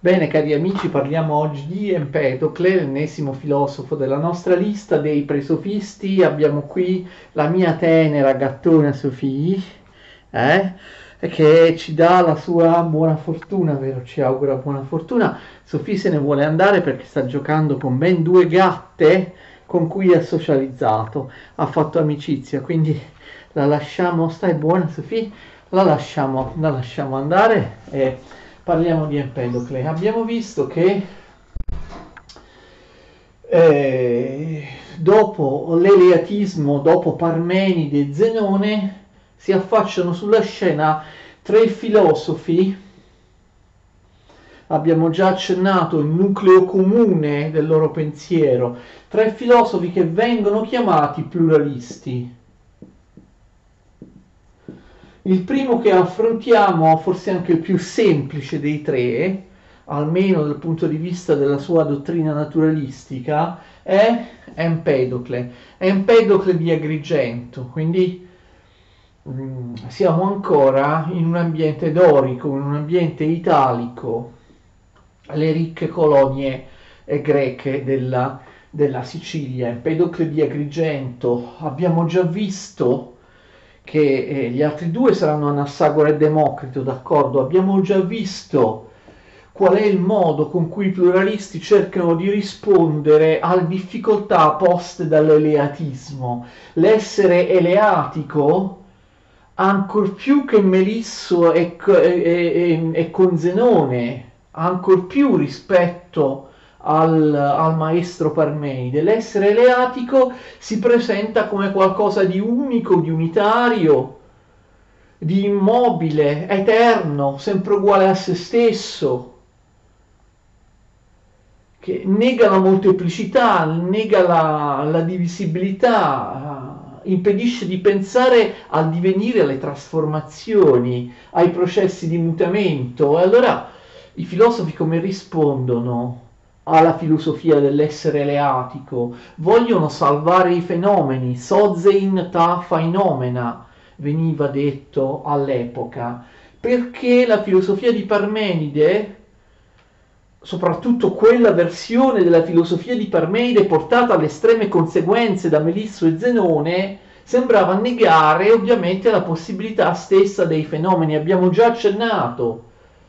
Bene, cari amici, parliamo oggi di Empedocle, l'ennesimo filosofo della nostra lista dei presofisti. Abbiamo qui la mia tenera gattona Sofì, eh, che ci dà la sua buona fortuna, vero? Ci augura buona fortuna. Sofì se ne vuole andare perché sta giocando con ben due gatte con cui ha socializzato, ha fatto amicizia, quindi la lasciamo, stai buona Sofì? La lasciamo andare e parliamo di Empedocle. Abbiamo visto che dopo l'eleatismo, dopo Parmenide e Zenone, si affacciano sulla scena tre filosofi. Abbiamo già accennato il nucleo comune del loro pensiero, tre filosofi che vengono chiamati pluralisti. Il primo che affrontiamo, forse anche il più semplice dei tre, almeno dal punto di vista della sua dottrina naturalistica, è Empedocle. Empedocle di Agrigento, quindi siamo ancora in un ambiente dorico, in un ambiente italico, le ricche colonie greche della Sicilia. Empedocle di Agrigento, abbiamo già visto che gli altri due saranno Anassagora e Democrito, d'accordo? Abbiamo già visto qual è il modo con cui i pluralisti cercano di rispondere alle difficoltà poste dall'eleatismo. L'essere eleatico, ancor più che Melisso e con Zenone, ancor più rispetto al maestro Parmenide, l'essere eleatico si presenta come qualcosa di unico, di unitario, di immobile, eterno, sempre uguale a se stesso, che nega la molteplicità, nega la divisibilità, impedisce di pensare al divenire, alle trasformazioni, ai processi di mutamento. E allora i filosofi come rispondono alla filosofia dell'essere eleatico? Vogliono salvare i fenomeni, sozein ta phenomena, veniva detto all'epoca, perché la filosofia di Parmenide, soprattutto quella versione della filosofia di Parmenide portata alle estreme conseguenze da Melisso e Zenone, sembrava negare ovviamente la possibilità stessa dei fenomeni. Abbiamo già accennato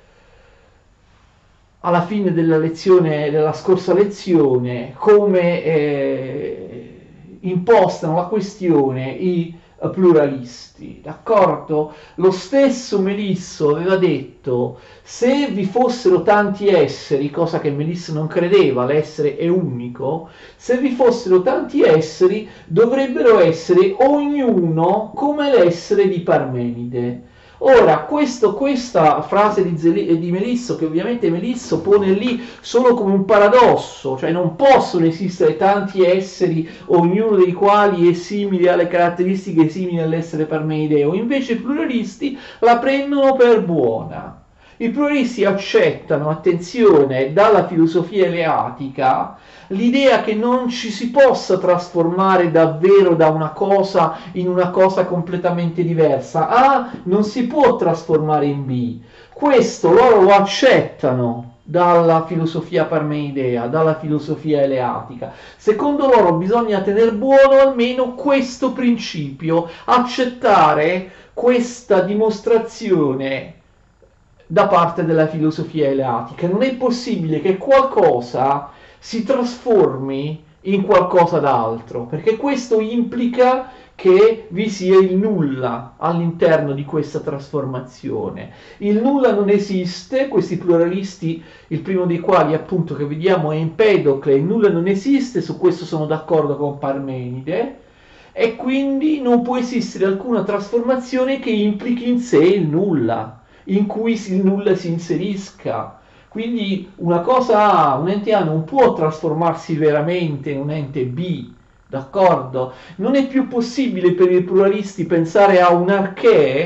alla fine della scorsa lezione come impostano la questione i pluralisti, d'accordo? Lo stesso Melisso aveva detto: se vi fossero tanti esseri, cosa che Melisso non credeva, l'essere è unico, se vi fossero tanti esseri dovrebbero essere ognuno come l'essere di Parmenide. Ora, questa frase di Melisso, che ovviamente Melisso pone lì solo come un paradosso, cioè non possono esistere tanti esseri, ognuno dei quali è simile alle caratteristiche simili all'essere parmenideo, invece i pluralisti la prendono per buona. I pluralisti accettano, attenzione, dalla filosofia eleatica l'idea che non ci si possa trasformare davvero da una cosa in una cosa completamente diversa. A non si può trasformare in B. Questo loro lo accettano dalla filosofia parmenidea, dalla filosofia eleatica. Secondo loro bisogna tener buono almeno questo principio, accettare questa dimostrazione da parte della filosofia eleatica. Non è possibile che qualcosa si trasformi in qualcosa d'altro, perché questo implica che vi sia il nulla all'interno di questa trasformazione. Il nulla non esiste, questi pluralisti, il primo dei quali appunto che vediamo è Empedocle, il nulla non esiste, su questo sono d'accordo con Parmenide, e quindi non può esistere alcuna trasformazione che implichi in sé il nulla, in cui il nulla si inserisca. Quindi una cosa A, un ente A non può trasformarsi veramente in un ente B, d'accordo? Non è più possibile per i pluralisti pensare a un archè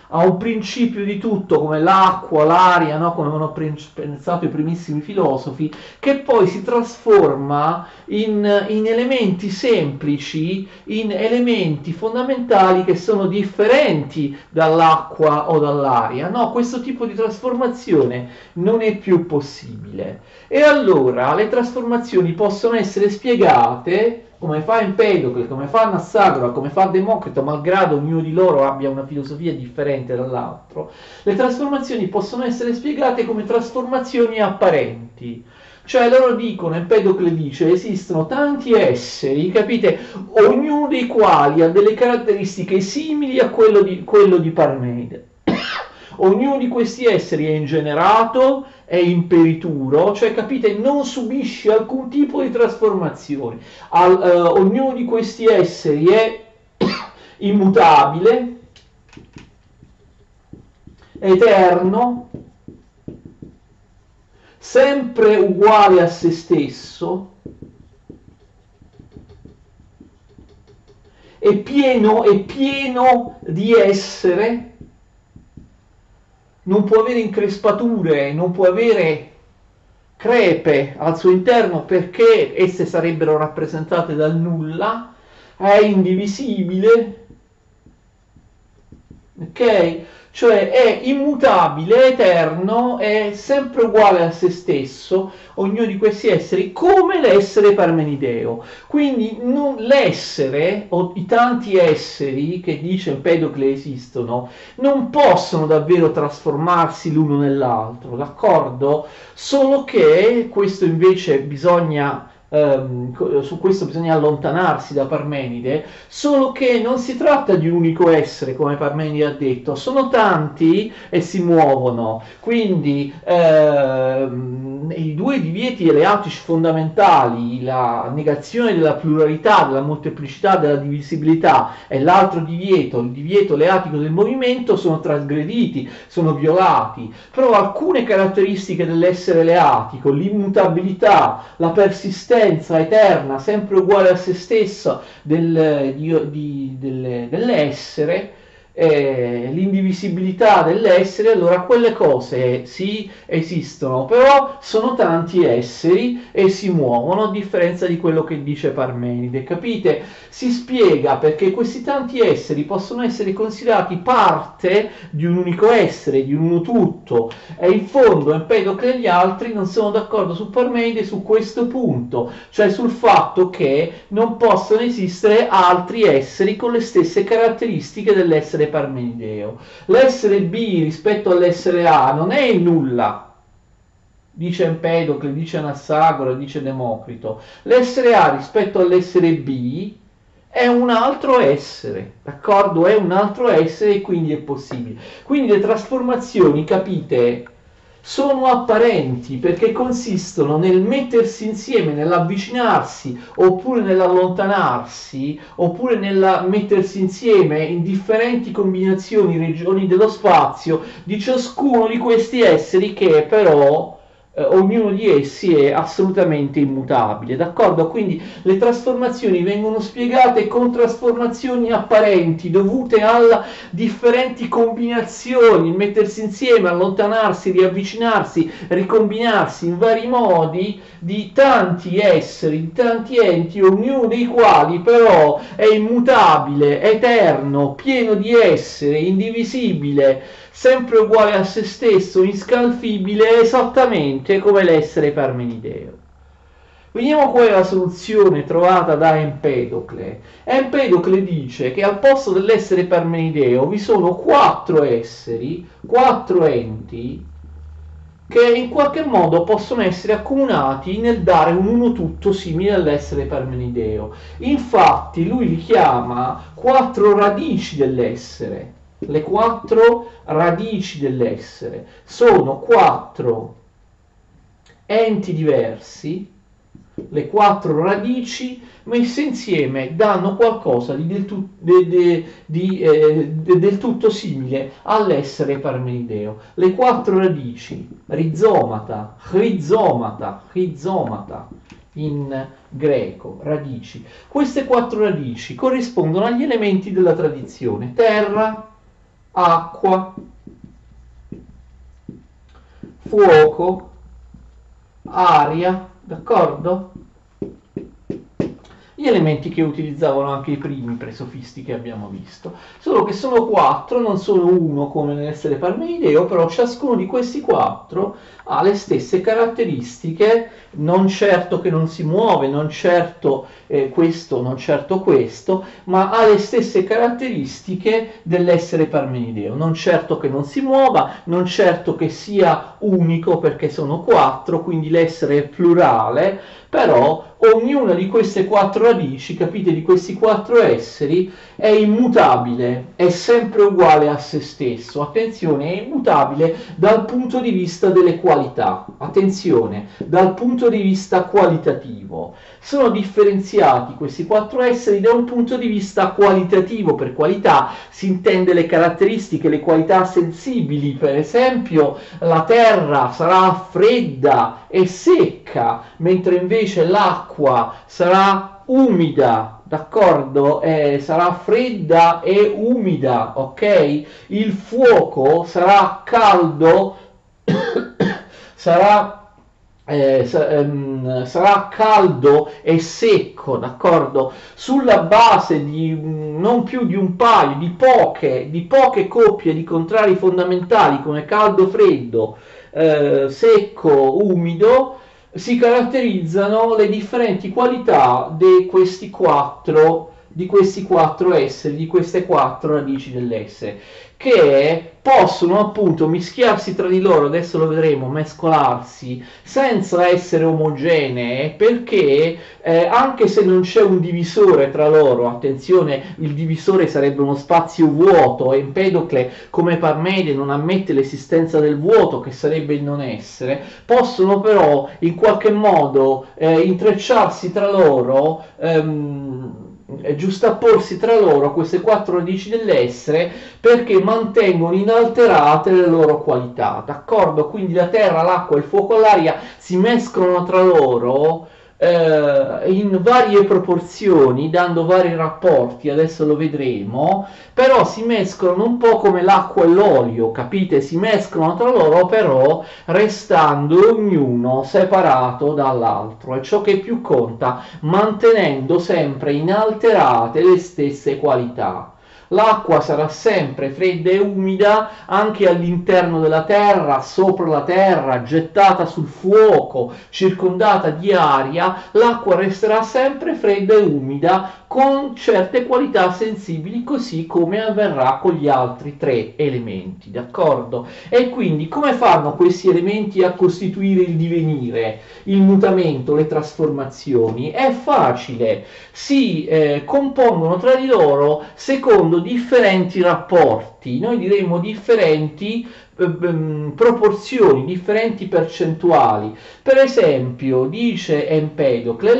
a un principio di tutto come l'acqua, l'aria, no? Come hanno pensato i primissimi filosofi, che poi si trasforma in elementi semplici, in elementi fondamentali che sono differenti dall'acqua o dall'aria. No, questo tipo di trasformazione non è più possibile. E allora le trasformazioni possono essere spiegate come fa Empedocle, come fa Anassagora, come fa Democrito, malgrado ognuno di loro abbia una filosofia differente dall'altro. Le trasformazioni possono essere spiegate come trasformazioni apparenti. Cioè loro dicono, Empedocle dice, esistono tanti esseri, capite, ognuno dei quali ha delle caratteristiche simili a quello di Parmenide. Ognuno di questi esseri è ingenerato, è imperituro, cioè capite, non subisce alcun tipo di trasformazione. Ognuno di questi esseri è immutabile, eterno, sempre uguale a se stesso, è pieno di essere, non può avere increspature, non può avere crepe al suo interno perché esse sarebbero rappresentate dal nulla, è indivisibile, ok? Cioè è immutabile, è eterno, è sempre uguale a se stesso, ognuno di questi esseri, come l'essere parmenideo. Quindi l'essere, o i tanti esseri che dice Empedocle esistono, non possono davvero trasformarsi l'uno nell'altro, d'accordo? Solo che questo invece bisogna... su questo bisogna allontanarsi da Parmenide, solo che non si tratta di un unico essere, come Parmenide ha detto, sono tanti e si muovono, quindi i due divieti eleatici fondamentali, la negazione della pluralità, della molteplicità, della divisibilità e l'altro divieto, il divieto eleatico del movimento, sono trasgrediti, sono violati, però alcune caratteristiche dell'essere eleatico, l'immutabilità, la persistenza eterna, sempre uguale a se stessa dell'essere, l'indivisibilità dell'essere, allora quelle cose sì esistono, però sono tanti esseri e si muovono, a differenza di quello che dice Parmenide, capite? Si spiega perché questi tanti esseri possono essere considerati parte di un unico essere, di un uno tutto, e in fondo Empedocle e gli altri non sono d'accordo su Parmenide su questo punto, cioè sul fatto che non possono esistere altri esseri con le stesse caratteristiche dell'essere parmenideo. L'essere B rispetto all'essere A non è il nulla, dice Empedocle, dice Anassagora, dice Democrito. L'essere A rispetto all'essere B è un altro essere, d'accordo? È un altro essere e quindi è possibile. Quindi le trasformazioni, capite, sono apparenti perché consistono nel mettersi insieme, nell'avvicinarsi oppure nell'allontanarsi oppure nel mettersi insieme in differenti combinazioni, regioni dello spazio di ciascuno di questi esseri che però ognuno di essi è assolutamente immutabile, d'accordo? Quindi le trasformazioni vengono spiegate con trasformazioni apparenti dovute a differenti combinazioni, il mettersi insieme, allontanarsi, riavvicinarsi, ricombinarsi in vari modi di tanti esseri, di tanti enti, ognuno dei quali però è immutabile, eterno, pieno di essere, indivisibile, sempre uguale a se stesso, inscalfibile, esattamente come l'essere parmenideo. Vediamo qual è la soluzione trovata da Empedocle. Empedocle dice che al posto dell'essere parmenideo vi sono quattro esseri, quattro enti, che in qualche modo possono essere accomunati nel dare un uno tutto simile all'essere parmenideo. Infatti lui li chiama quattro radici dell'essere. Le quattro radici dell'essere sono quattro enti diversi, le quattro radici messe insieme danno qualcosa di del tutto simile all'essere parmenideo. Le quattro radici, rizomata, rizomata in greco, radici. Queste quattro radici corrispondono agli elementi della tradizione: terra, acqua, fuoco, aria, d'accordo? Gli elementi che utilizzavano anche i primi presofisti che abbiamo visto, solo che sono 4, non sono uno come nell'essere parmenideo, però ciascuno di questi 4 ha le stesse caratteristiche, non certo che non si muove, non certo questo, non certo questo, ma ha le stesse caratteristiche dell'essere parmenideo, non certo che non si muova, non certo che sia unico perché sono 4, quindi l'essere è plurale, però ognuna di queste 4 radici, capite, di questi 4 esseri è immutabile, è sempre uguale a se stesso. Attenzione, è immutabile dal punto di vista delle qualità. Attenzione, dal punto di vista qualitativo. Sono differenziati questi 4 esseri da un punto di vista qualitativo. Per qualità si intende le caratteristiche, le qualità sensibili. Per esempio, la terra sarà fredda e secca, mentre invece l'acqua sarà umida, d'accordo? Sarà fredda e umida, ok? Il fuoco sarà caldo, sarà sarà caldo e secco, d'accordo? Sulla base di non più di un paio, di poche coppie di contrari fondamentali come caldo, freddo, secco, umido, si caratterizzano le differenti qualità di questi quattro esseri, di queste 4 radici dell'essere, che possono appunto mischiarsi tra di loro, adesso lo vedremo, mescolarsi senza essere omogenee, perché anche se non c'è un divisore tra loro, attenzione, il divisore sarebbe uno spazio vuoto, e Empedocle come Parmenide non ammette l'esistenza del vuoto, che sarebbe il non essere, possono però in qualche modo intrecciarsi tra loro, giustapporsi tra loro queste 4 radici dell'essere, perché mantengono inalterate le loro qualità, d'accordo? Quindi la terra, l'acqua, il fuoco, l'aria si mescolano tra loro in varie proporzioni, dando vari rapporti, adesso lo vedremo, però si mescolano un po' come l'acqua e l'olio, capite? Si mescolano tra loro, però restando ognuno separato dall'altro, e ciò che più conta, mantenendo sempre inalterate le stesse qualità. L'acqua sarà sempre fredda e umida anche all'interno della terra, sopra la terra, gettata sul fuoco, circondata di aria, l'acqua resterà sempre fredda e umida con certe qualità sensibili, così come avverrà con gli altri 3 elementi, d'accordo? E quindi come fanno questi elementi a costituire il divenire, il mutamento, le trasformazioni? È facile, si compongono tra di loro secondo differenti rapporti, noi diremmo differenti proporzioni, differenti percentuali. Per esempio, dice Empedocle,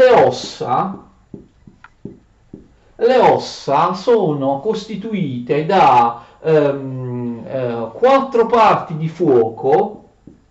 le ossa sono costituite da 4 parti di fuoco,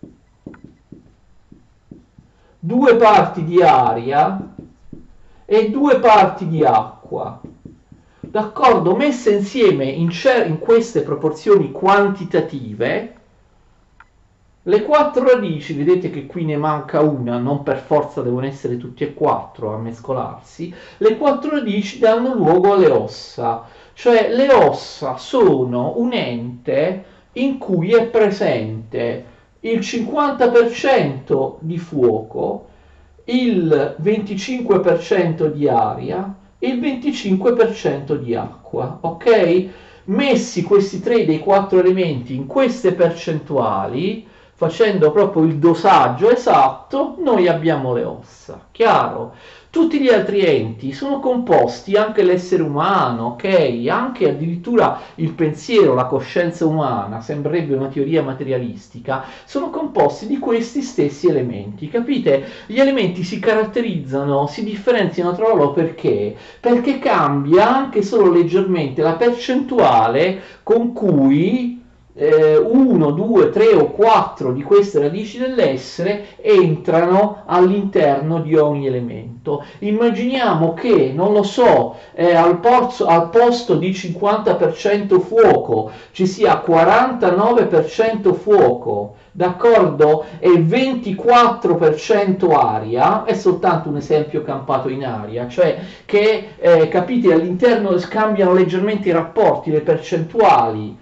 2 parti di aria e 2 parti di acqua, d'accordo? Messe insieme in queste proporzioni quantitative, le 4 radici, vedete che qui ne manca una, non per forza devono essere tutti e 4 a mescolarsi, le 4 radici danno luogo alle ossa, cioè le ossa sono un ente in cui è presente il 50% di fuoco, il 25% di aria e il 25% di acqua, ok? Messi questi 3 dei 4 elementi in queste percentuali, facendo proprio il dosaggio esatto, noi abbiamo le ossa, chiaro? Tutti gli altri enti sono composti, anche l'essere umano, ok? Anche addirittura il pensiero, la coscienza umana, sembrerebbe una teoria materialistica, sono composti di questi stessi elementi, capite? Gli elementi si caratterizzano, si differenziano tra loro perché? Perché cambia anche solo leggermente la percentuale con cui 1, 2, 3 o 4 di queste radici dell'essere entrano all'interno di ogni elemento. Immaginiamo che, non lo so, al posto di 50% fuoco ci sia 49% fuoco, d'accordo? E 24% aria. È soltanto un esempio campato in aria, cioè che capite, all'interno scambiano leggermente i rapporti, le percentuali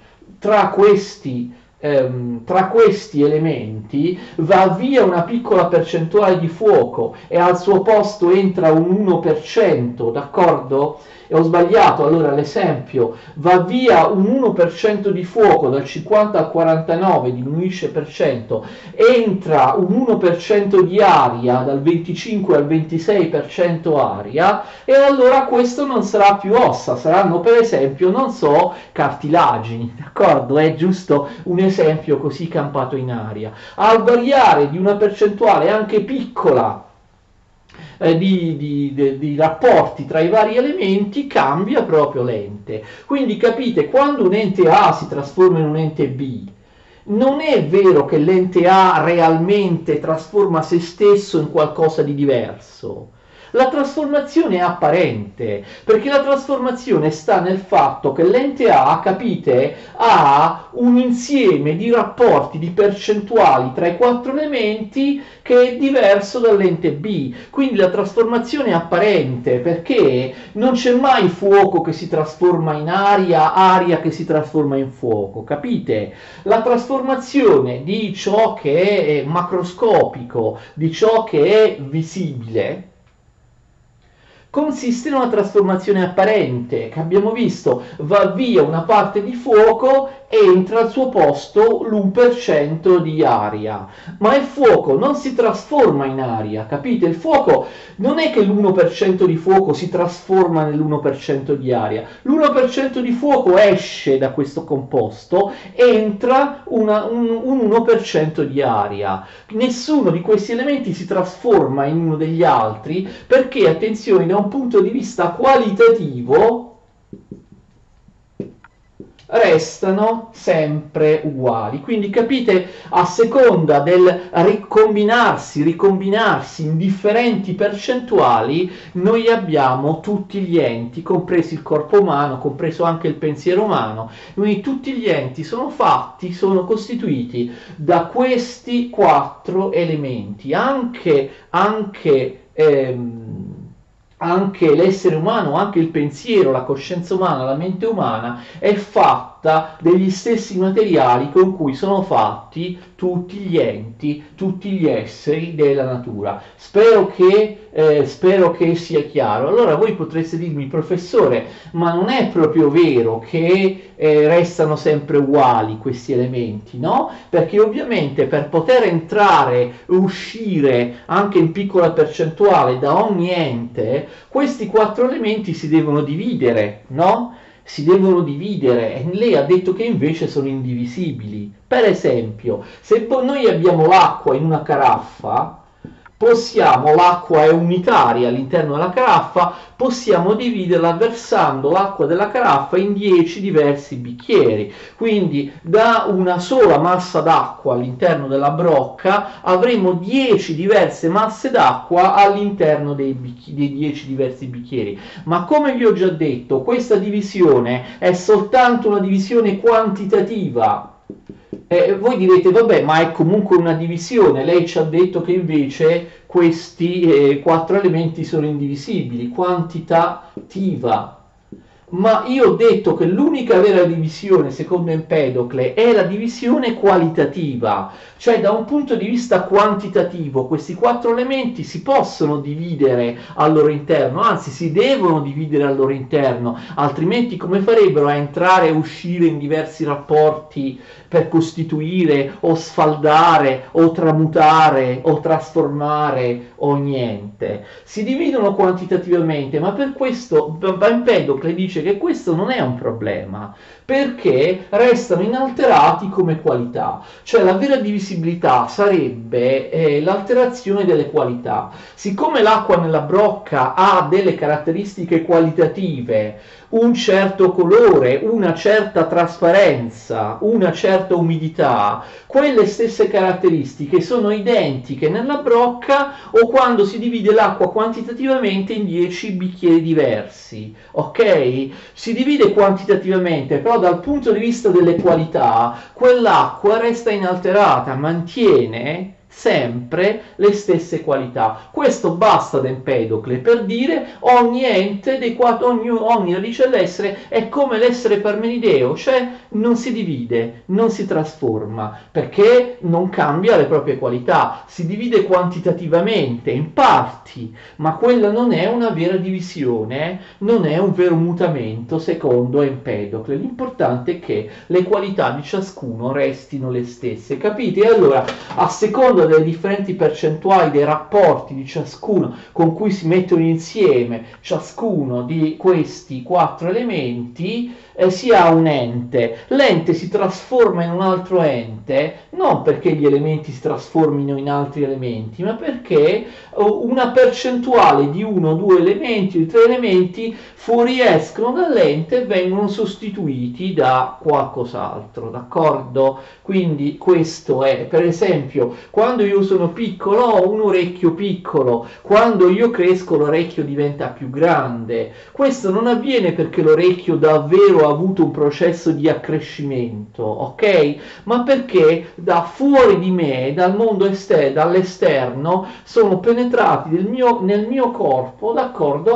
tra questi elementi, va via una piccola percentuale di fuoco e al suo posto entra un 1%, d'accordo? E ho sbagliato, allora l'esempio, va via un 1% di fuoco, dal 50 al 49 diminuisce per cento, entra un 1% di aria, dal 25 al 26% aria, e allora questo non sarà più ossa, saranno per esempio, non so, cartilagini, d'accordo? È giusto un esempio così campato in aria. Al variare di una percentuale anche piccola di rapporti tra i vari elementi, cambia proprio l'ente. Quindi capite, quando un ente A si trasforma in un ente B, non è vero che l'ente A realmente trasforma se stesso in qualcosa di diverso. La trasformazione è apparente, perché la trasformazione sta nel fatto che l'ente A, capite, ha un insieme di rapporti, di percentuali tra i quattro elementi che è diverso dall'ente B. Quindi la trasformazione è apparente, perché non c'è mai fuoco che si trasforma in aria, aria che si trasforma in fuoco, capite? La trasformazione di ciò che è macroscopico, di ciò che è visibile, consiste in una trasformazione apparente, che abbiamo visto, va via una parte di fuoco, entra al suo posto l'1% di aria, ma il fuoco non si trasforma in aria, capite? Il fuoco non è che l'1% di fuoco si trasforma nell'1% di aria, l'1% di fuoco esce da questo composto, entra un 1% di aria. Nessuno di questi elementi si trasforma in uno degli altri, perché, attenzione, da un punto di vista qualitativo restano sempre uguali. Quindi capite, a seconda del ricombinarsi in differenti percentuali, noi abbiamo tutti gli enti, compreso il corpo umano, compreso anche il pensiero umano. Quindi tutti gli enti sono costituiti da questi quattro elementi. Anche l'essere umano, anche il pensiero, la coscienza umana, la mente umana è fatta degli stessi materiali con cui sono fatti tutti gli enti, tutti gli esseri della natura. Spero che sia chiaro. Allora voi potreste dirmi, professore, ma non è proprio vero che restano sempre uguali questi elementi, no? Perché ovviamente per poter entrare e uscire anche in piccola percentuale da ogni ente, questi quattro elementi si devono dividere, no? Si devono dividere, e lei ha detto che invece sono indivisibili. Per esempio, se noi abbiamo l'acqua in una caraffa, l'acqua è unitaria all'interno della caraffa, possiamo dividerla versando l'acqua della caraffa in 10 diversi bicchieri. Quindi da una sola massa d'acqua all'interno della brocca avremo 10 diverse masse d'acqua all'interno dei 10 diversi bicchieri. Ma come vi ho già detto, questa divisione è soltanto una divisione quantitativa. Voi direte, vabbè, ma è comunque una divisione. Lei ci ha detto che invece questi quattro elementi sono indivisibili, quantitativa. Ma io ho detto che l'unica vera divisione, secondo Empedocle, è la divisione qualitativa, cioè da un punto di vista quantitativo questi quattro elementi si possono dividere al loro interno, anzi si devono dividere al loro interno, altrimenti come farebbero a entrare e uscire in diversi rapporti per costituire o sfaldare o tramutare o trasformare o niente? Si dividono quantitativamente, ma per questo Empedocle dice dice che questo non è un problema, perché restano inalterati come qualità, cioè la vera divisibilità sarebbe l'alterazione delle qualità. Siccome l'acqua nella brocca ha delle caratteristiche qualitative, un certo colore, una certa trasparenza, una certa umidità, quelle stesse caratteristiche sono identiche nella brocca o quando si divide l'acqua quantitativamente in 10 bicchieri diversi, ok? Si divide quantitativamente, però dal punto di vista delle qualità, quell'acqua resta inalterata, mantiene sempre le stesse qualità. Questo basta ad Empedocle per dire ogni ente dei quattro, ogni radice dell'essere è come l'essere parmenideo, cioè non si divide, non si trasforma, perché non cambia le proprie qualità, si divide quantitativamente in parti, ma quella non è una vera divisione, non è un vero mutamento secondo Empedocle. L'importante è che le qualità di ciascuno restino le stesse, capite? E allora, a seconda delle differenti percentuali dei rapporti di ciascuno con cui si mettono insieme ciascuno di questi quattro elementi, si ha un ente. L'ente si trasforma in un altro ente non perché gli elementi si trasformino in altri elementi, ma perché una percentuale di uno o due elementi o di tre elementi fuoriescono dall'ente e vengono sostituiti da qualcos'altro, d'accordo? Quindi questo è, per esempio, quando io sono piccolo ho un orecchio piccolo, quando io cresco l'orecchio diventa più grande. Questo non avviene perché l'orecchio davvero ha avuto un processo di accrescimento, ok? Ma perché da fuori di me, dal mondo dall'esterno, sono penetrati nel mio corpo, d'accordo,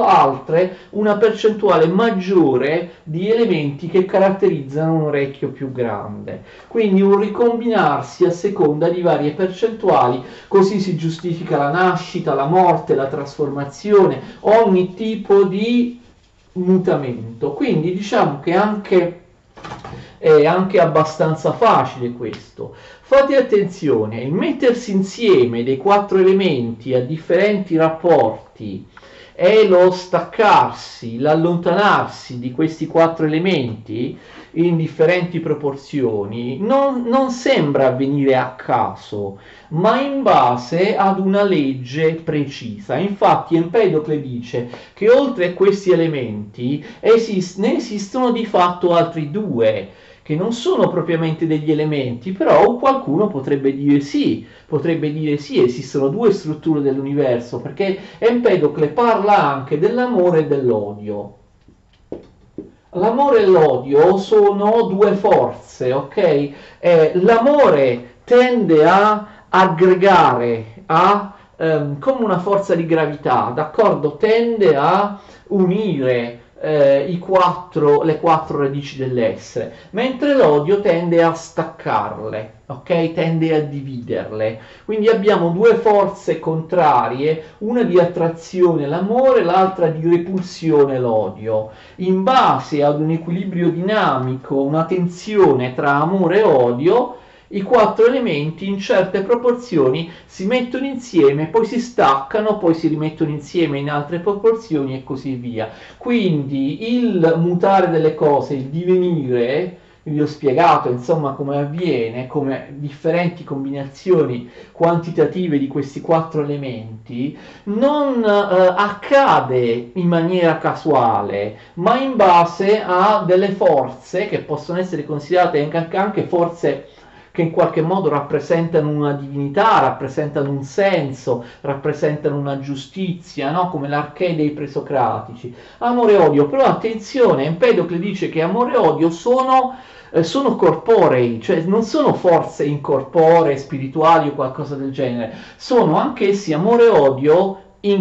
una percentuale maggiore di elementi che caratterizzano un orecchio più grande. Quindi un ricombinarsi a seconda di varie percentuali, così si giustifica la nascita, la morte, la trasformazione, ogni tipo di mutamento. Quindi diciamo che è anche abbastanza facile questo. Fate attenzione, il mettersi insieme dei quattro elementi a differenti rapporti e lo staccarsi, l'allontanarsi di questi quattro elementi in differenti proporzioni non sembra avvenire a caso, ma in base ad una legge precisa. Infatti Empedocle dice che oltre a questi elementi ne esistono di fatto altri due, che non sono propriamente degli elementi, però qualcuno potrebbe dire sì, esistono due strutture dell'universo, perché Empedocle parla anche dell'amore e dell'odio. L'amore e l'odio sono due forze, ok? L'amore tende a aggregare, come una forza di gravità, d'accordo? Tende a unire le quattro radici dell'essere, mentre l'odio tende a staccarle, ok? Tende a dividerle. Quindi abbiamo due forze contrarie, una di attrazione l'amore, l'altra di repulsione l'odio. In base ad un equilibrio dinamico, una tensione tra amore e odio, i quattro elementi in certe proporzioni si mettono insieme, poi si staccano, poi si rimettono insieme in altre proporzioni e così via. Quindi il mutare delle cose, il divenire, vi ho spiegato insomma come avviene, come differenti combinazioni quantitative di questi quattro elementi, non accade in maniera casuale, ma in base a delle forze che possono essere considerate anche forze che in qualche modo rappresentano una divinità, rappresentano un senso, rappresentano una giustizia, no? Come l'archè dei presocratici. Amore e odio, però attenzione, Empedocle dice che amore e odio sono corporei, cioè non sono forze incorporee, spirituali o qualcosa del genere, sono anch'essi amore e odio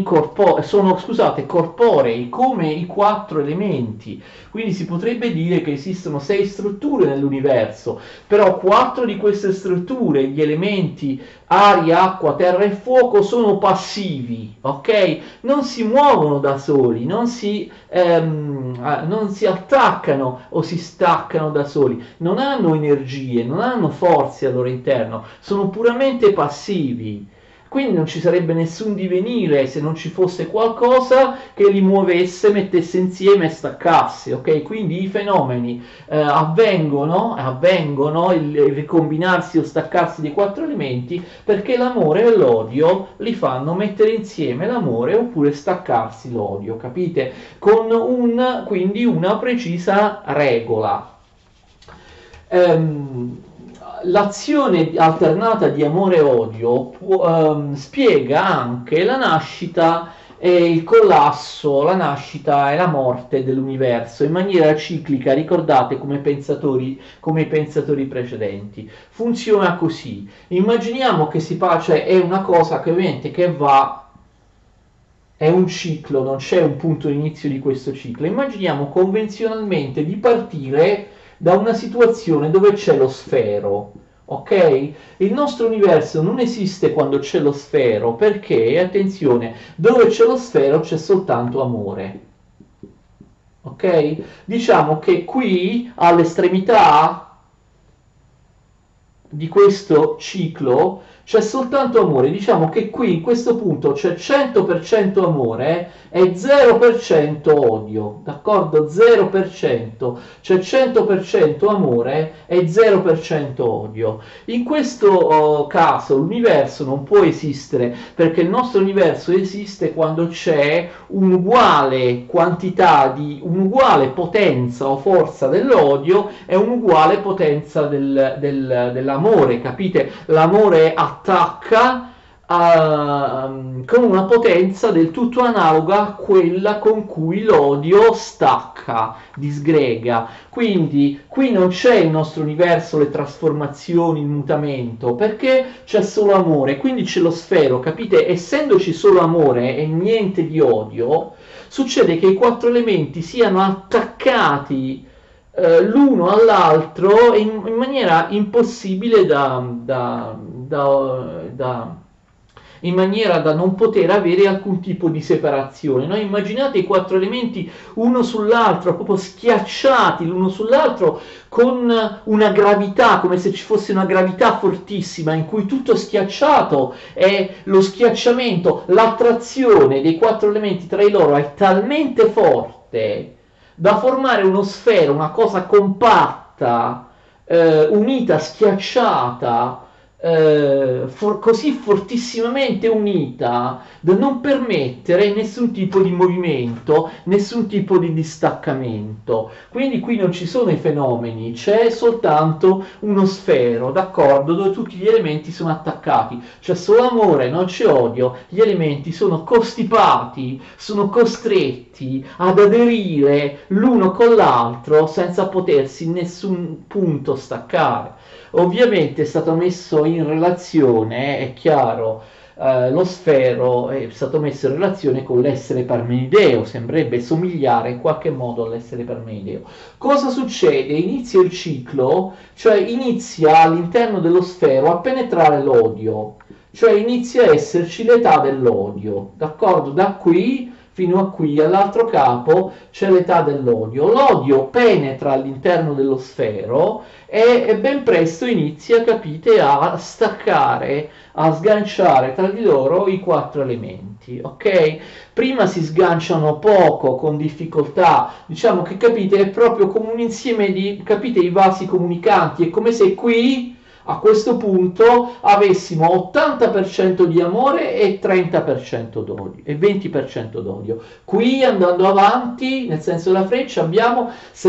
corporei come i quattro elementi. Quindi si potrebbe dire che esistono 6 strutture nell'universo, però 4 di queste strutture, gli elementi aria, acqua, terra e fuoco, sono passivi, ok? Non si muovono da soli, non si attaccano o si staccano da soli, non hanno energie, non hanno forze al loro interno, sono puramente passivi. quindi non ci sarebbe nessun divenire se non ci fosse qualcosa che li muovesse, mettesse insieme e staccasse, ok? Quindi i fenomeni avvengono il ricombinarsi o staccarsi dei quattro elementi perché l'amore e l'odio li fanno mettere insieme l'amore oppure staccarsi l'odio, capite? Con quindi una precisa regola. Ehm, L'azione alternata di amore e odio spiega anche la nascita e il collasso, la nascita e la morte dell'universo in maniera ciclica, ricordate come i pensatori precedenti. Funziona così. Immaginiamo che cioè è una cosa che ovviamente è un ciclo, non c'è un punto di inizio di questo ciclo. Immaginiamo convenzionalmente di partire da una situazione dove c'è lo sfero, ok? Il nostro universo non esiste quando c'è lo sfero perché, attenzione, dove c'è lo sfero c'è soltanto amore, ok? Diciamo che qui all'estremità di questo ciclo c'è soltanto amore, diciamo che qui in questo punto c'è 100% amore e 0% odio, d'accordo? 0%, c'è 100% amore e 0% odio. In questo caso l'universo non può esistere perché il nostro universo esiste quando c'è un'uguale quantità di un'uguale potenza o forza dell'odio e un'uguale potenza dell'amore, capite? L'amore attacca con una potenza del tutto analoga a quella con cui l'odio stacca, disgrega. Quindi qui non c'è il nostro universo, le trasformazioni, il mutamento, perché c'è solo amore, quindi c'è lo sfero, capite? Essendoci solo amore e niente di odio, succede che i quattro elementi siano attaccati l'uno all'altro in maniera impossibile in maniera da non poter avere alcun tipo di separazione. No? Immaginate i quattro elementi uno sull'altro, proprio schiacciati l'uno sull'altro con una gravità, come se ci fosse una gravità fortissima in cui tutto schiacciato e lo schiacciamento, l'attrazione dei quattro elementi tra di loro è talmente forte da formare uno sfero, una cosa compatta, unita, schiacciata, così fortissimamente unita da non permettere nessun tipo di movimento, nessun tipo di distaccamento. Quindi qui non ci sono i fenomeni, c'è soltanto uno sfero, d'accordo, dove tutti gli elementi sono attaccati. C'è solo amore, non c'è odio, gli elementi sono costipati, sono costretti ad aderire l'uno con l'altro senza potersi in nessun punto staccare. Ovviamente è stato messo in relazione, è chiaro, lo sfero è stato messo in relazione con l'essere parmenideo, sembrerebbe somigliare in qualche modo all'essere parmenideo. Cosa succede? Inizia il ciclo, cioè inizia all'interno dello sfero a penetrare l'odio, cioè inizia a esserci l'età dell'odio, d'accordo? Da qui fino a qui all'altro capo c'è l'età dell'odio. L'odio penetra all'interno dello sfero e ben presto inizia, capite, a staccare, a sganciare tra di loro i quattro elementi, ok? Prima si sganciano poco, con difficoltà, diciamo che, capite, è proprio come un insieme di, capite, i vasi comunicanti, è come se qui a questo punto avessimo 80% di amore e 30% d'odio e 20% d'odio. Qui andando avanti nel senso della freccia abbiamo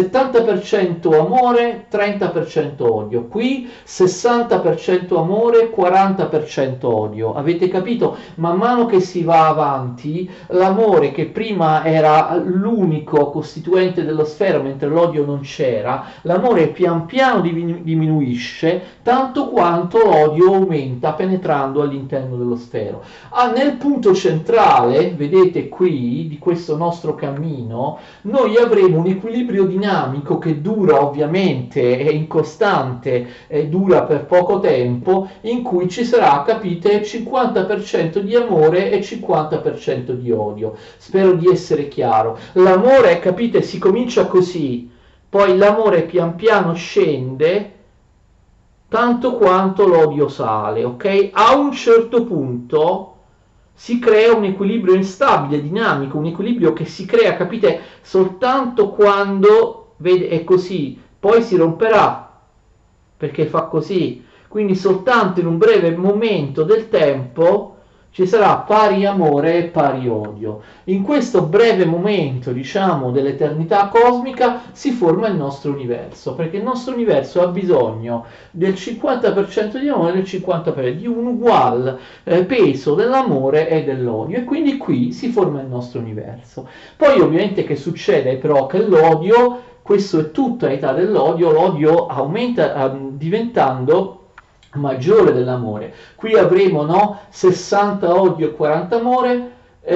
70% amore, 30% odio. Qui 60% amore, 40% odio. Avete capito? Man mano che si va avanti, l'amore, che prima era l'unico costituente dello sfero mentre l'odio non c'era, l'amore pian piano diminuisce, tanto quanto l'odio aumenta penetrando all'interno dello sfero. Nel punto centrale, vedete qui, di questo nostro cammino, noi avremo un equilibrio dinamico che dura, ovviamente, è incostante, dura per poco tempo, in cui ci sarà, capite, 50% di amore e 50% di odio. Spero di essere chiaro. L'amore, capite, si comincia così, poi l'amore pian piano scende tanto quanto l'odio sale, ok? A un certo punto si crea un equilibrio instabile, dinamico, un equilibrio che si crea, capite, soltanto quando vede, è così, poi si romperà perché fa così, quindi soltanto in un breve momento del tempo ci sarà pari amore e pari odio. In questo breve momento, diciamo, dell'eternità cosmica si forma il nostro universo, perché il nostro universo ha bisogno del 50% di amore e del 50% di un uguale peso dell'amore e dell'odio, e quindi qui si forma il nostro universo. Poi ovviamente che succede però che l'odio, questo è tutta l'età dell'odio, l'odio aumenta diventando maggiore dell'amore. Qui avremo, no, 60 odio e 40 amore,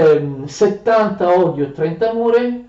70 odio e 30 amore,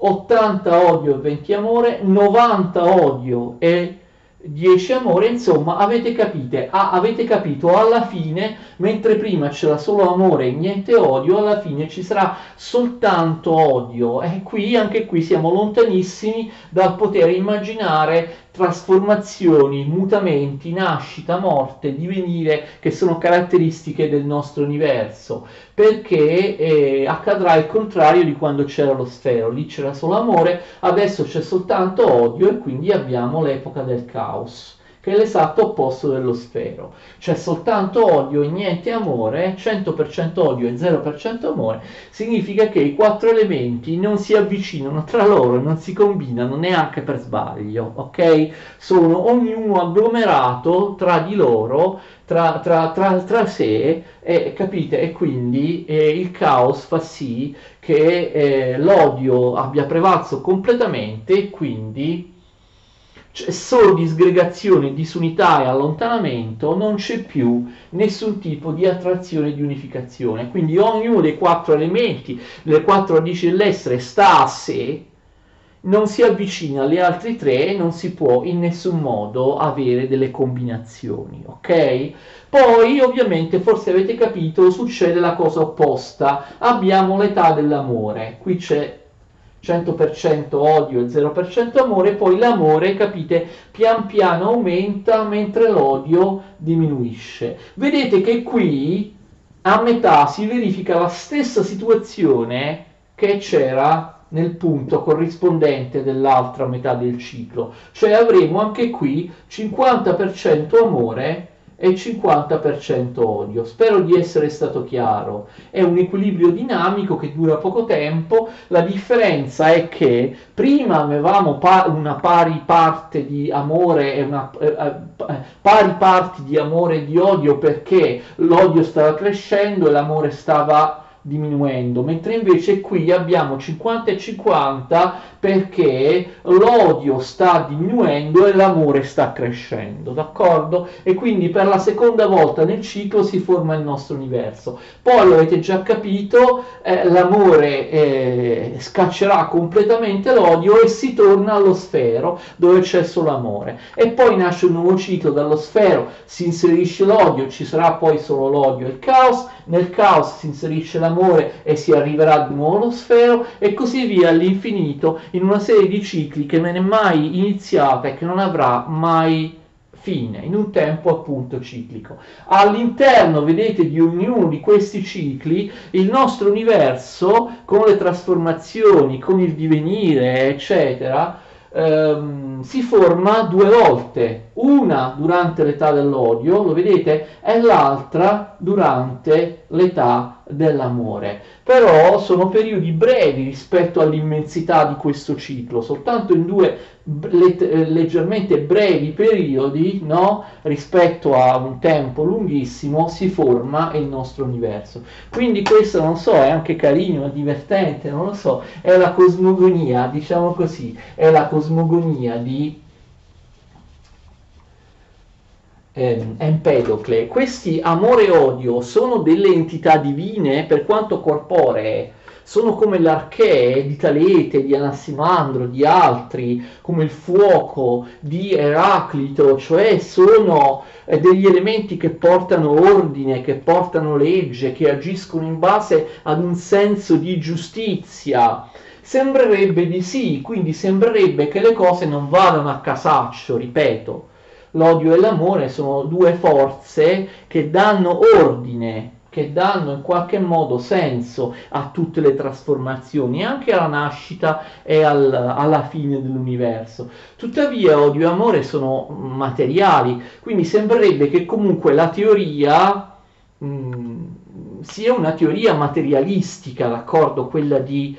80 odio e 20 amore, 90 odio e 10 amore, insomma avete capito alla fine, mentre prima c'era solo amore e niente odio, alla fine ci sarà soltanto odio, e qui anche qui siamo lontanissimi dal poter immaginare trasformazioni, mutamenti, nascita, morte, divenire, che sono caratteristiche del nostro universo, perché accadrà il contrario di quando c'era lo sfero, lì c'era solo amore, adesso c'è soltanto odio, e quindi abbiamo l'epoca del caos, che è l'esatto opposto dello sfero. C'è soltanto odio e niente amore, 100% odio e 0% amore, significa che i quattro elementi non si avvicinano tra loro, non si combinano neanche per sbaglio, ok? Sono ognuno agglomerato tra di loro, tra sé, e capite? E quindi il caos fa sì che l'odio abbia prevalso completamente, e quindi c'è solo disgregazione, disunità e allontanamento, non c'è più nessun tipo di attrazione e di unificazione. Quindi ognuno dei quattro elementi, le quattro radici dell'essere, sta a sé, non si avvicina alle altre tre, e non si può in nessun modo avere delle combinazioni, ok? Poi ovviamente, forse avete capito, succede la cosa opposta, abbiamo l'età dell'amore, qui c'è 100% odio e 0% amore, poi l'amore, capite, pian piano aumenta mentre l'odio diminuisce. Vedete che qui a metà si verifica la stessa situazione che c'era nel punto corrispondente dell'altra metà del ciclo, cioè avremo anche qui 50% amore e 50% odio. Spero di essere stato chiaro. È un equilibrio dinamico che dura poco tempo. La differenza è che prima avevamo una pari parte di amore e una pari parti di amore e di odio, perché l'odio stava crescendo e l'amore stava diminuendo, mentre invece qui abbiamo 50 e 50, perché l'odio sta diminuendo e l'amore sta crescendo, d'accordo? E quindi per la seconda volta nel ciclo si forma il nostro universo. Poi, lo avete già capito, l'amore scaccerà completamente l'odio e si torna allo sfero, dove c'è solo amore. E poi nasce un nuovo ciclo, dallo sfero si inserisce l'odio, ci sarà poi solo l'odio e il caos, nel caos si inserisce l'amore e si arriverà di nuovo allo sfero, e così via all'infinito, in una serie di cicli che non è mai iniziata e che non avrà mai fine, in un tempo appunto ciclico. All'interno, vedete, di ognuno di questi cicli, il nostro universo, con le trasformazioni, con il divenire, eccetera, si forma due volte, una durante l'età dell'odio, lo vedete, e l'altra durante l'età dell'amore. Però sono periodi brevi rispetto all'immensità di questo ciclo, soltanto in due leggermente brevi periodi, no? Rispetto a un tempo lunghissimo, si forma il nostro universo. Quindi questo, non so, è anche carino, è divertente, non lo so, è la cosmogonia, diciamo così, è la cosmogonia di Empedocle. Questi amore e odio sono delle entità divine, per quanto corporee, sono come l'archee di Talete, di Anassimandro, di altri, come il fuoco di Eraclito, cioè sono degli elementi che portano ordine, che portano legge, che agiscono in base ad un senso di giustizia. Sembrerebbe di sì, quindi sembrerebbe che le cose non vadano a casaccio, ripeto. L'odio e l'amore sono due forze che danno ordine, che danno in qualche modo senso a tutte le trasformazioni, anche alla nascita e alla fine dell'universo. Tuttavia odio e amore sono materiali, quindi sembrerebbe che comunque la teoria sia una teoria materialistica, d'accordo? Quella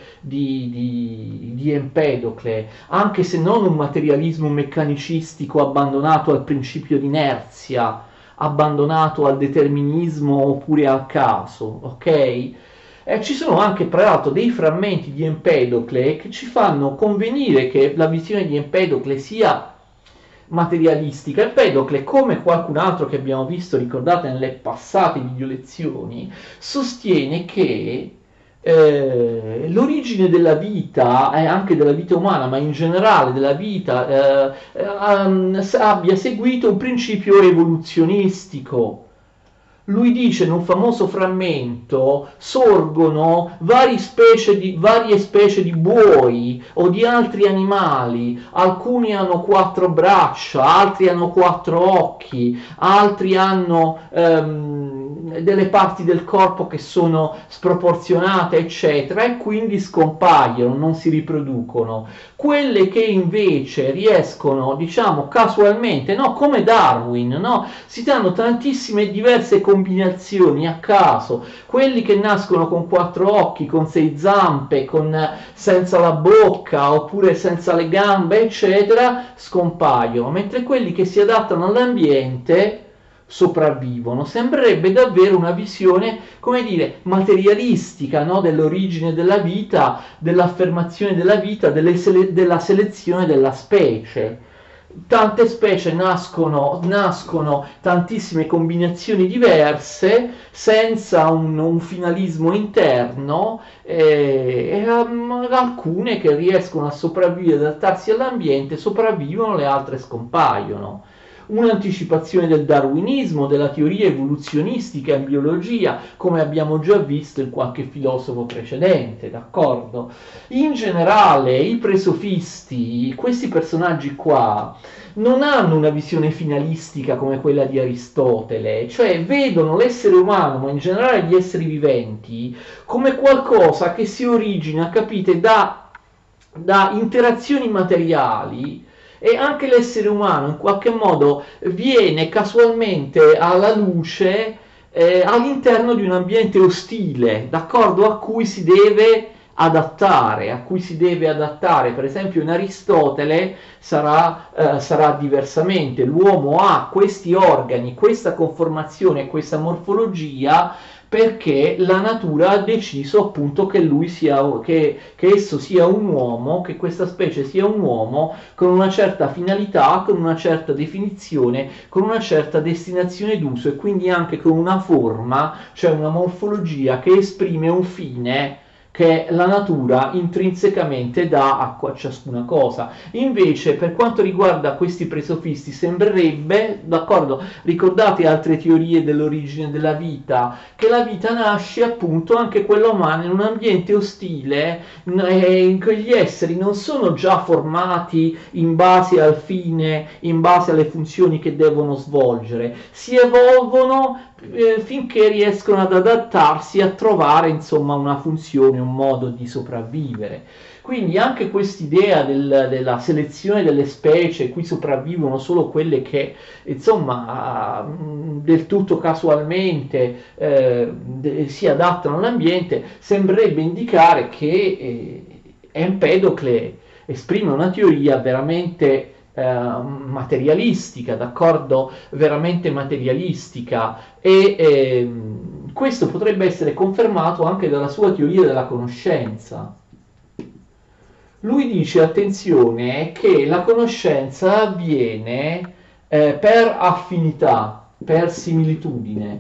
di Empedocle, anche se non un materialismo meccanicistico abbandonato al principio di inerzia, abbandonato al determinismo oppure al caso, ok? Ci sono anche, tra l'altro, dei frammenti di Empedocle che ci fanno convenire che la visione di Empedocle sia materialistica. Empedocle, come qualcun altro che abbiamo visto, ricordate nelle passate video lezioni, sostiene che l'origine della vita, anche della vita umana, ma in generale della vita, abbia seguito un principio evoluzionistico. Lui dice in un famoso frammento sorgono varie specie di buoi o di altri animali, alcuni hanno 4 braccia, altri hanno 4 occhi, altri hanno delle parti del corpo che sono sproporzionate, eccetera, e quindi scompaiono, non si riproducono. Quelle che invece riescono, diciamo casualmente, no, come Darwin, no, si danno tantissime diverse combinazioni a caso, quelli che nascono con 4 occhi, con 6 zampe, senza la bocca oppure senza le gambe, eccetera, scompaiono, mentre quelli che si adattano all'ambiente sopravvivono. Sembrerebbe davvero una visione, come dire, materialistica, no? Dell'origine della vita, dell'affermazione della vita, della selezione della specie. Tante specie nascono tantissime combinazioni diverse senza un finalismo interno, alcune che riescono a sopravvivere, adattarsi all'ambiente, sopravvivono, le altre scompaiono. Un'anticipazione del darwinismo, della teoria evoluzionistica in biologia, come abbiamo già visto in qualche filosofo precedente, d'accordo? In generale, i presofisti, questi personaggi qua, non hanno una visione finalistica come quella di Aristotele, cioè vedono l'essere umano, ma in generale gli esseri viventi, come qualcosa che si origina, capite, da interazioni materiali, e anche l'essere umano in qualche modo viene casualmente alla luce all'interno di un ambiente ostile, d'accordo, a cui si deve adattare, per esempio in Aristotele sarà diversamente, l'uomo ha questi organi, questa conformazione, questa morfologia, perché la natura ha deciso appunto che esso sia un uomo, che questa specie sia un uomo con una certa finalità, con una certa definizione, con una certa destinazione d'uso e quindi anche con una forma, cioè una morfologia che esprime un fine che la natura intrinsecamente dà a ciascuna cosa. Invece, per quanto riguarda questi presofisti, sembrerebbe, d'accordo, ricordate altre teorie dell'origine della vita, che la vita nasce appunto, anche quella umana, in un ambiente ostile, in cui gli esseri non sono già formati in base al fine, in base alle funzioni che devono svolgere, si evolvono finché riescono ad adattarsi, a trovare insomma una funzione, un modo di sopravvivere. Quindi anche quest'idea della selezione delle specie, qui sopravvivono solo quelle che insomma del tutto casualmente si adattano all'ambiente, sembrerebbe indicare che Empedocle esprime una teoria veramente materialistica, d'accordo? Veramente materialistica, e questo potrebbe essere confermato anche dalla sua teoria della conoscenza. Lui dice, attenzione, che la conoscenza avviene per affinità, per similitudine,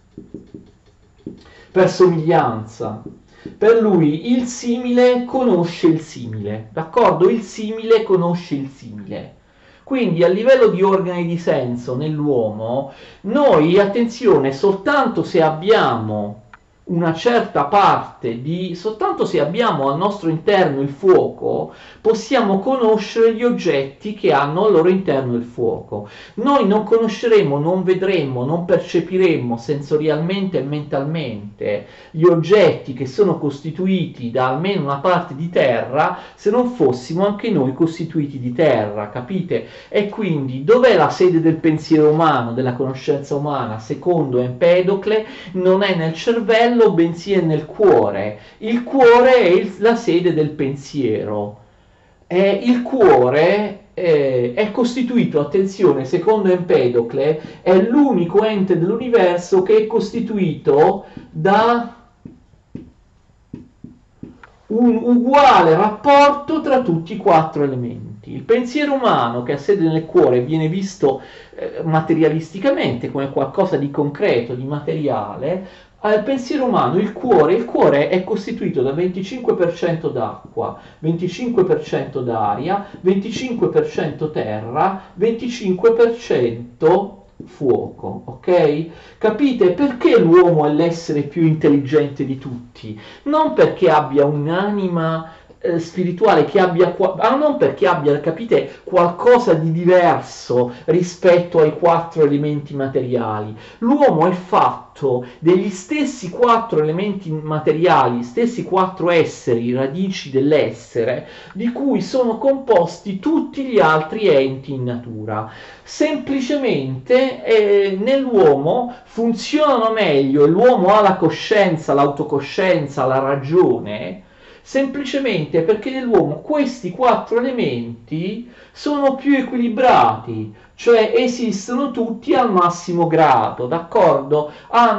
per somiglianza. Per lui il simile conosce il simile, d'accordo? Il simile conosce il simile. Quindi a livello di organi di senso nell'uomo, noi, attenzione, soltanto se abbiamo una certa parte di, soltanto se abbiamo al nostro interno il fuoco, possiamo conoscere gli oggetti che hanno al loro interno il fuoco. Noi non conosceremo, non vedremo, non percepiremo sensorialmente e mentalmente gli oggetti che sono costituiti da almeno una parte di terra se non fossimo anche noi costituiti di terra, capite? E quindi dov'è la sede del pensiero umano, della conoscenza umana? Secondo Empedocle non è nel cervello bensì è nel cuore. Il cuore è la sede del pensiero. Il cuore è costituito, attenzione, secondo Empedocle, è l'unico ente dell'universo che è costituito da un uguale rapporto tra tutti i quattro elementi. Il pensiero umano che ha sede nel cuore viene visto materialisticamente come qualcosa di concreto, di materiale. Al pensiero umano il cuore è costituito da 25% d'acqua, 25% d'aria, 25% terra, 25% fuoco, ok? Capite perché l'uomo è l'essere più intelligente di tutti? Non perché abbia un'anima spirituale, che abbia non perché abbia, capite, qualcosa di diverso rispetto ai quattro elementi materiali. L'uomo è fatto degli stessi quattro elementi materiali, stessi quattro esseri, radici dell'essere, di cui sono composti tutti gli altri enti in natura. Semplicemente nell'uomo funzionano meglio, l'uomo ha la coscienza, l'autocoscienza, la ragione, semplicemente perché nell'uomo questi quattro elementi sono più equilibrati, cioè esistono tutti al massimo grado, d'accordo?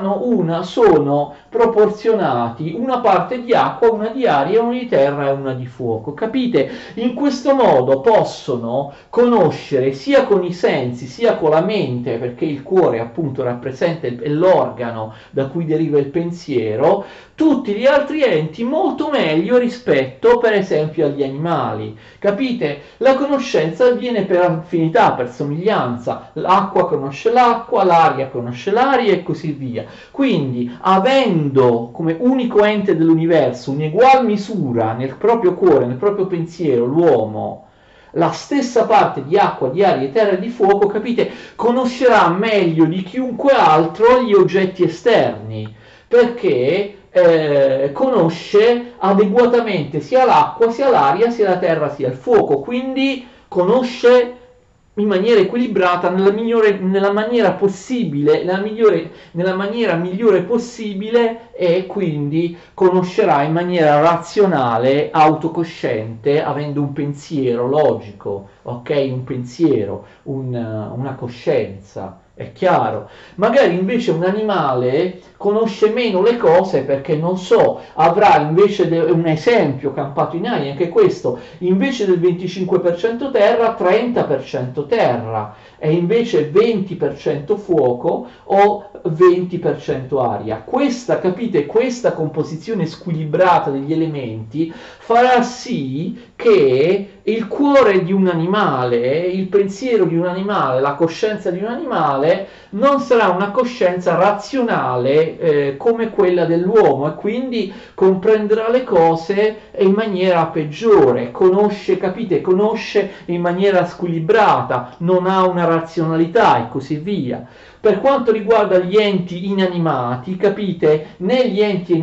Sono proporzionati, una parte di acqua, una di aria, una di terra e una di fuoco, capite? In questo modo possono conoscere sia con i sensi sia con la mente, perché il cuore appunto rappresenta l'organo da cui deriva il pensiero, tutti gli altri enti molto meglio rispetto per esempio agli animali, capite? La conoscenza avviene per affinità, per somiglianza, l'acqua conosce l'acqua, l'aria conosce l'aria e così via. Quindi avendo come unico ente dell'universo un'egual misura nel proprio cuore, nel proprio pensiero, l'uomo, la stessa parte di acqua, di aria, di terra e di fuoco, capite, conoscerà meglio di chiunque altro gli oggetti esterni, perché conosce adeguatamente sia l'acqua, sia l'aria, sia la terra, sia il fuoco, quindi conosce in maniera equilibrata nella maniera possibile, nella maniera migliore possibile, e quindi conoscerà in maniera razionale, autocosciente, avendo un pensiero logico, ok? Un pensiero, una coscienza. È chiaro, magari invece un animale conosce meno le cose perché non so, avrà invece un esempio campato in aria, anche questo, invece del 25% terra, 30% terra, e invece 20% fuoco o 20% aria. Questa, capite, questa composizione squilibrata degli elementi farà sì che il cuore di un animale, il pensiero di un animale, la coscienza di un animale non sarà una coscienza razionale come quella dell'uomo, e quindi comprenderà le cose in maniera peggiore, conosce, capite, conosce in maniera squilibrata, non ha una razionalità e così via. Per quanto riguarda gli enti inanimati, capite, negli enti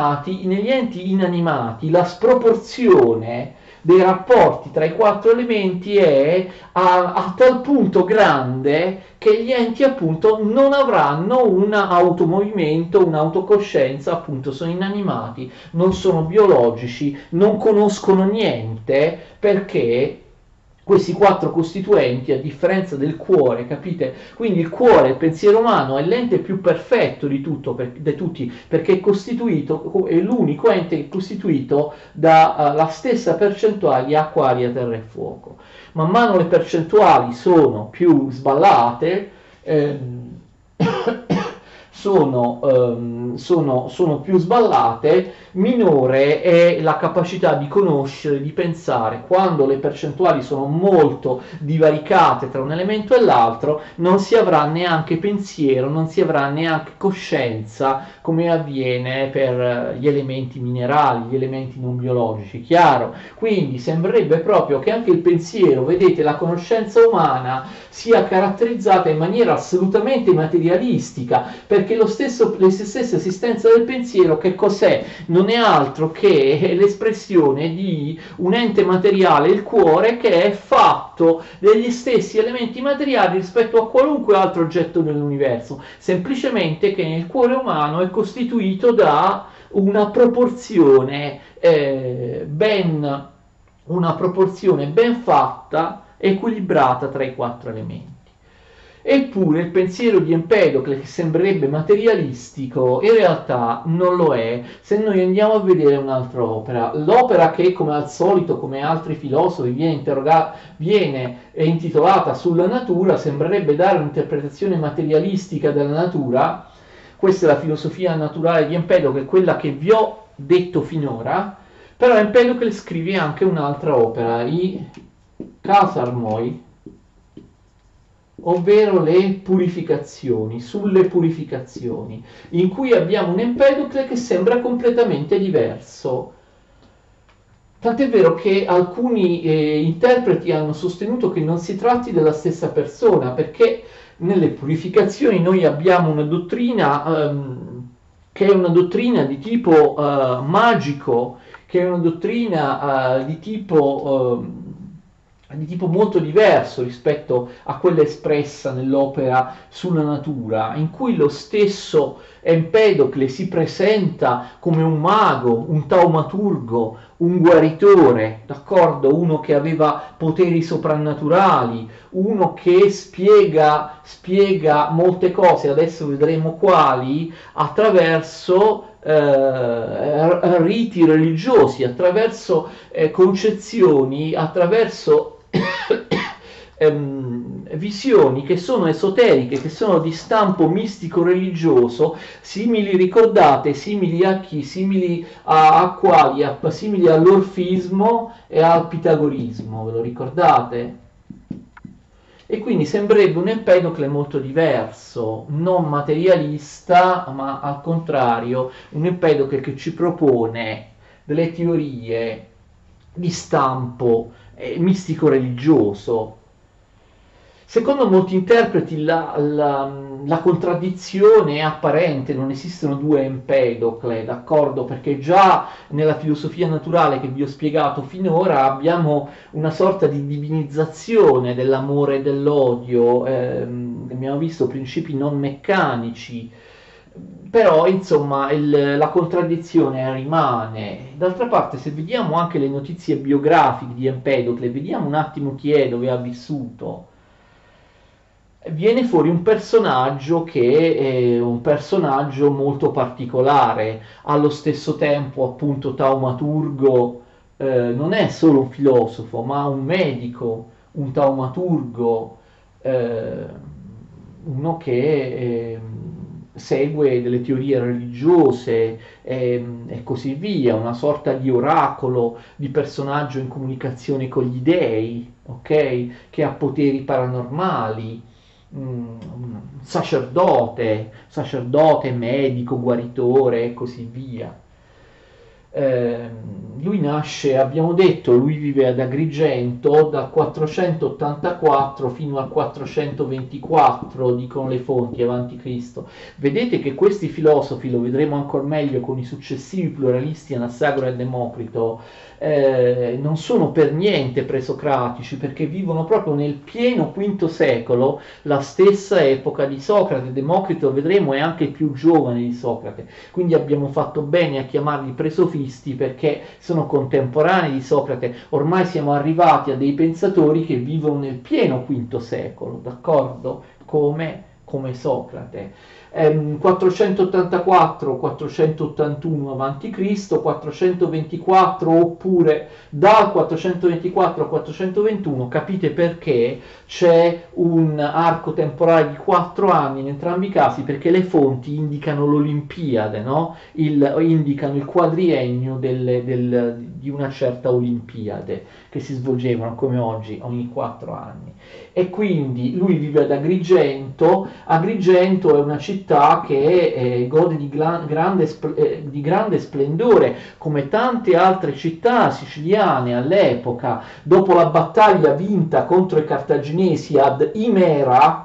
inanimati la sproporzione dei rapporti tra i quattro elementi è a tal punto grande che gli enti appunto non avranno un automovimento, un'autocoscienza, appunto sono inanimati, non sono biologici, non conoscono niente, perché questi quattro costituenti, a differenza del cuore, capite? Quindi il cuore, il pensiero umano, è l'ente più perfetto di tutti, perché è l'unico ente costituito dalla stessa percentuale di acqua, aria, terra e fuoco. Man mano le percentuali sono più sballate, sono più sballate, minore è la capacità di conoscere, di pensare. Quando le percentuali sono molto divaricate tra un elemento e l'altro, non si avrà neanche pensiero, non si avrà neanche coscienza, come avviene per gli elementi minerali, gli elementi non biologici, chiaro? Quindi sembrerebbe proprio che anche il pensiero, vedete, la conoscenza umana sia caratterizzata in maniera assolutamente materialistica, perché la stessa esistenza del pensiero che cos'è? Non è altro che l'espressione di un ente materiale, il cuore, che è fatto degli stessi elementi materiali rispetto a qualunque altro oggetto nell'universo, semplicemente che nel cuore umano è costituito da una proporzione ben fatta, equilibrata tra i quattro elementi. Eppure il pensiero di Empedocle, che sembrerebbe materialistico, in realtà non lo è. Se noi andiamo a vedere un'altra opera, l'opera che come al solito, come altri filosofi, viene intitolata Sulla natura, sembrerebbe dare un'interpretazione materialistica della natura. Questa è la filosofia naturale di Empedocle, quella che vi ho detto finora. Però Empedocle scrive anche un'altra opera, i Casarmoi, ovvero le purificazioni, sulle purificazioni, in cui abbiamo un Empedocle che sembra completamente diverso. Tant'è vero che alcuni interpreti hanno sostenuto che non si tratti della stessa persona, perché nelle purificazioni noi abbiamo una dottrina che è una dottrina di tipo magico, che è una dottrina di tipo molto diverso rispetto a quella espressa nell'opera Sulla natura, in cui lo stesso Empedocle si presenta come un mago, un taumaturgo, un guaritore, d'accordo? Uno che aveva poteri soprannaturali, uno che spiega molte cose, adesso vedremo quali, attraverso riti religiosi, attraverso concezioni, attraverso visioni che sono esoteriche, che sono di stampo mistico-religioso, simili, ricordate, simili a chi? Simili a quali? Simili all'orfismo e al pitagorismo, ve lo ricordate? E quindi sembrerebbe un Empedocle molto diverso, non materialista, ma al contrario, un Empedocle che ci propone delle teorie di stampo mistico-religioso. Secondo molti interpreti la contraddizione è apparente, non esistono due Empedocle, d'accordo? Perché già nella filosofia naturale che vi ho spiegato finora abbiamo una sorta di divinizzazione dell'amore e dell'odio, abbiamo visto principi non meccanici, però insomma la contraddizione rimane. D'altra parte, se vediamo anche le notizie biografiche di Empedocle, vediamo un attimo chi è, dove ha vissuto, viene fuori un personaggio che è un personaggio molto particolare, allo stesso tempo appunto taumaturgo, non è solo un filosofo, ma un medico, un taumaturgo, eh, uno che segue delle teorie religiose e così via, una sorta di oracolo, di personaggio in comunicazione con gli dei, ok? Che ha poteri paranormali, sacerdote, medico, guaritore e così via. Lui nasce, abbiamo detto, lui vive ad Agrigento dal 484 fino al 424, dicono le fonti, avanti Cristo. Vedete che questi filosofi, lo vedremo ancora meglio con i successivi pluralisti Anassagora e Democrito, non sono per niente presocratici, perché vivono proprio nel pieno V secolo, la stessa epoca di Socrate. Democrito, vedremo, è anche più giovane di Socrate, quindi abbiamo fatto bene a chiamarli presofisti, perché sono contemporanei di Socrate. Ormai siamo arrivati a dei pensatori che vivono nel pieno V secolo, d'accordo? Come come Socrate. 484-481 a.C., 424 oppure dal 424 al 421, capite perché c'è un arco temporale di 4 anni in entrambi i casi, perché le fonti indicano l'Olimpiade, no? Indicano il quadriennio di una certa Olimpiade che si svolgevano come oggi ogni 4 anni. E quindi lui vive ad Agrigento. Agrigento è una città che gode di grande splendore, come tante altre città siciliane all'epoca. Dopo la battaglia vinta contro i cartaginesi ad Imera,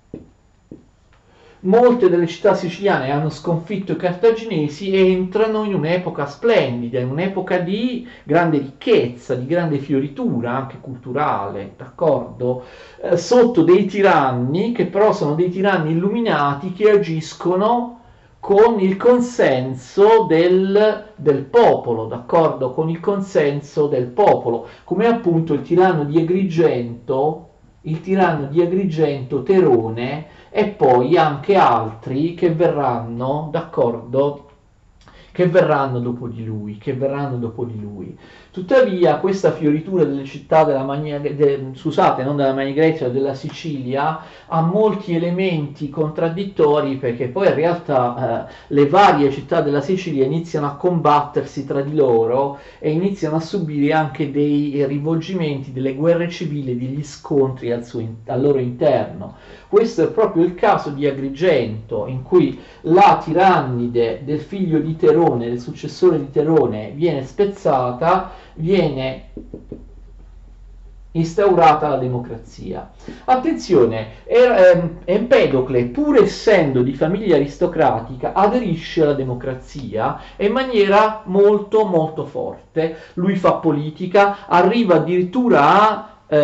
molte delle città siciliane hanno sconfitto i cartaginesi e entrano in un'epoca splendida, in un'epoca di grande ricchezza, di grande fioritura anche culturale, d'accordo? Sotto dei tiranni che però sono dei tiranni illuminati che agiscono con il consenso del popolo, d'accordo? Con il consenso del popolo, come appunto il tiranno di Agrigento, Terone, e poi anche altri che verranno, d'accordo? Che verranno dopo di lui. Tuttavia questa fioritura delle città della non della Magna Grecia, della Sicilia, ha molti elementi contraddittori, perché poi in realtà le varie città della Sicilia iniziano a combattersi tra di loro e iniziano a subire anche dei rivolgimenti, delle guerre civili, degli scontri al loro interno. Questo è proprio il caso di Agrigento, in cui la tirannide del figlio di Terone, del successore di Terone, viene spezzata, viene instaurata la democrazia. Attenzione, Empedocle, pur essendo di famiglia aristocratica, aderisce alla democrazia in maniera molto molto forte. Lui fa politica, arriva addirittura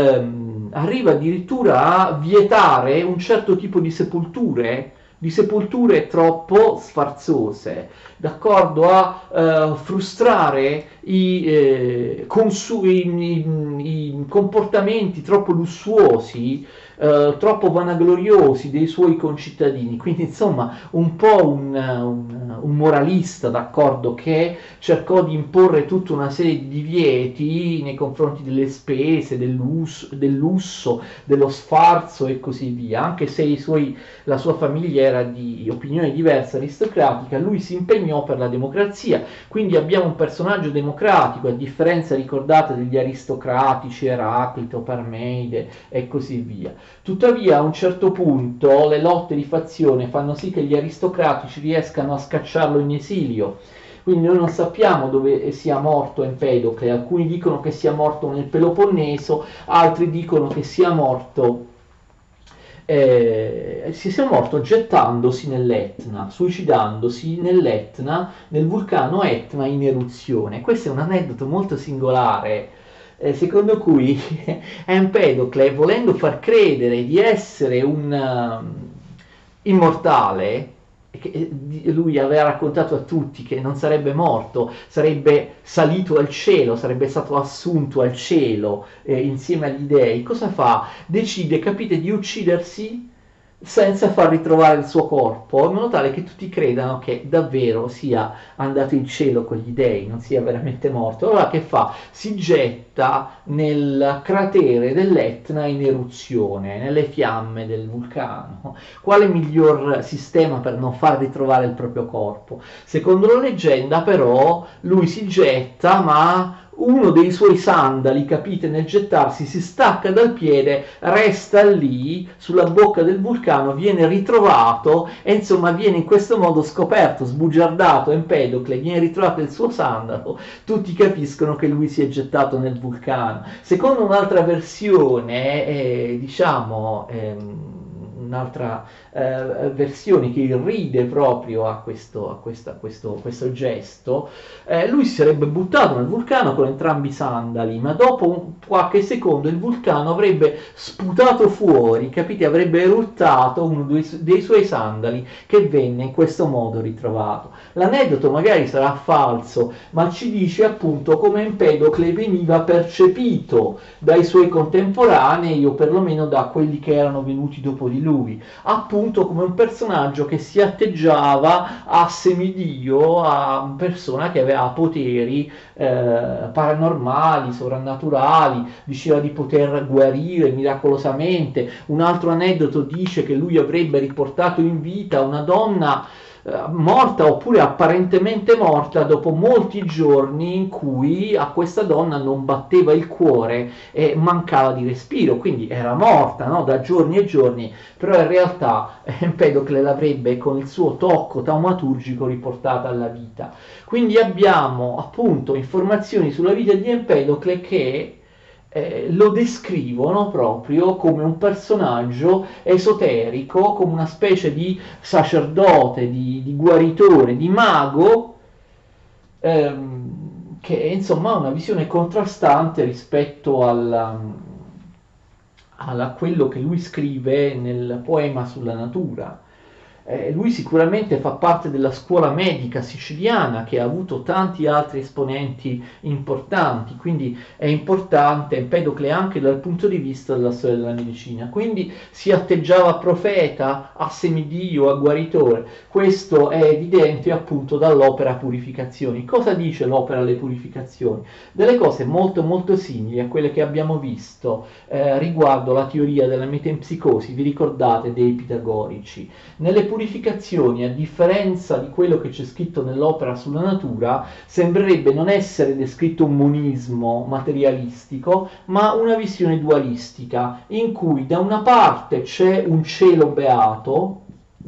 a vietare un certo tipo di sepolture troppo sfarzose, d'accordo? A frustrare i comportamenti troppo lussuosi, troppo vanagloriosi dei suoi concittadini. Quindi insomma un po' un moralista, d'accordo, che cercò di imporre tutta una serie di divieti nei confronti delle spese, del lusso, dello sfarzo e così via. Anche se la sua famiglia era di opinione diversa, aristocratica, lui si impegnò per la democrazia. Quindi abbiamo un personaggio democratico, a differenza, ricordate, degli aristocratici, Eraclito, Parmeide e così via. Tuttavia a un certo punto le lotte di fazione fanno sì che gli aristocratici riescano a scacciarlo in esilio. Quindi noi non sappiamo dove sia morto Empedocle. Alcuni dicono che sia morto nel Peloponneso, altri dicono che sia morto gettandosi nell'Etna, suicidandosi nell'Etna, nel vulcano Etna in eruzione. Questo è un aneddoto molto singolare, secondo cui Empedocle, volendo far credere di essere un immortale, che lui aveva raccontato a tutti che non sarebbe morto, sarebbe salito al cielo, sarebbe stato assunto al cielo insieme agli dei. Cosa fa? Decide, capite, di uccidersi senza far ritrovare il suo corpo, in modo tale che tutti credano che davvero sia andato in cielo con gli dei, non sia veramente morto. Allora che fa? Si getta nel cratere dell'Etna in eruzione, nelle fiamme del vulcano. Quale miglior sistema per non far ritrovare il proprio corpo? Secondo la leggenda, però, lui si getta, ma uno dei suoi sandali, capite, nel gettarsi si stacca dal piede, resta lì sulla bocca del vulcano, viene ritrovato e insomma viene in questo modo scoperto, sbugiardato. Empedocle, viene ritrovato il suo sandalo, tutti capiscono che lui si è gettato nel vulcano. Secondo un'altra versione, un'altra versione che irride proprio a questo gesto, lui si sarebbe buttato nel vulcano con entrambi i sandali, ma dopo qualche secondo il vulcano avrebbe sputato fuori, capite, avrebbe eruttato uno dei suoi sandali, che venne in questo modo ritrovato. L'aneddoto magari sarà falso, ma ci dice appunto come Empedocle veniva percepito dai suoi contemporanei, o perlomeno da quelli che erano venuti dopo di lui. lui, appunto come un personaggio che si atteggiava a semidio, a persona che aveva poteri paranormali, sovrannaturali, diceva di poter guarire miracolosamente. Un altro aneddoto dice che lui avrebbe riportato in vita una donna morta oppure apparentemente morta dopo molti giorni in cui a questa donna non batteva il cuore e mancava di respiro, quindi era morta, no? Da giorni e giorni, però in realtà Empedocle l'avrebbe con il suo tocco taumaturgico riportata alla vita. Quindi abbiamo appunto informazioni sulla vita di Empedocle che lo descrivono proprio come un personaggio esoterico, come una specie di sacerdote, di guaritore, di mago, che insomma ha una visione contrastante rispetto a quello che lui scrive nel poema sulla natura. Lui sicuramente fa parte della scuola medica siciliana che ha avuto tanti altri esponenti importanti, quindi è importante Empedocle anche dal punto di vista della storia della medicina. Quindi si atteggiava a profeta, a semidio, a guaritore. Questo è evidente appunto dall'opera Purificazioni. Cosa dice l'opera Le Purificazioni? Delle cose molto molto simili a quelle che abbiamo visto riguardo la teoria della metempsicosi, vi ricordate, dei pitagorici. Nelle purificazioni, a differenza di quello che c'è scritto nell'opera sulla natura, sembrerebbe non essere descritto un monismo materialistico, ma una visione dualistica, in cui da una parte c'è un cielo beato,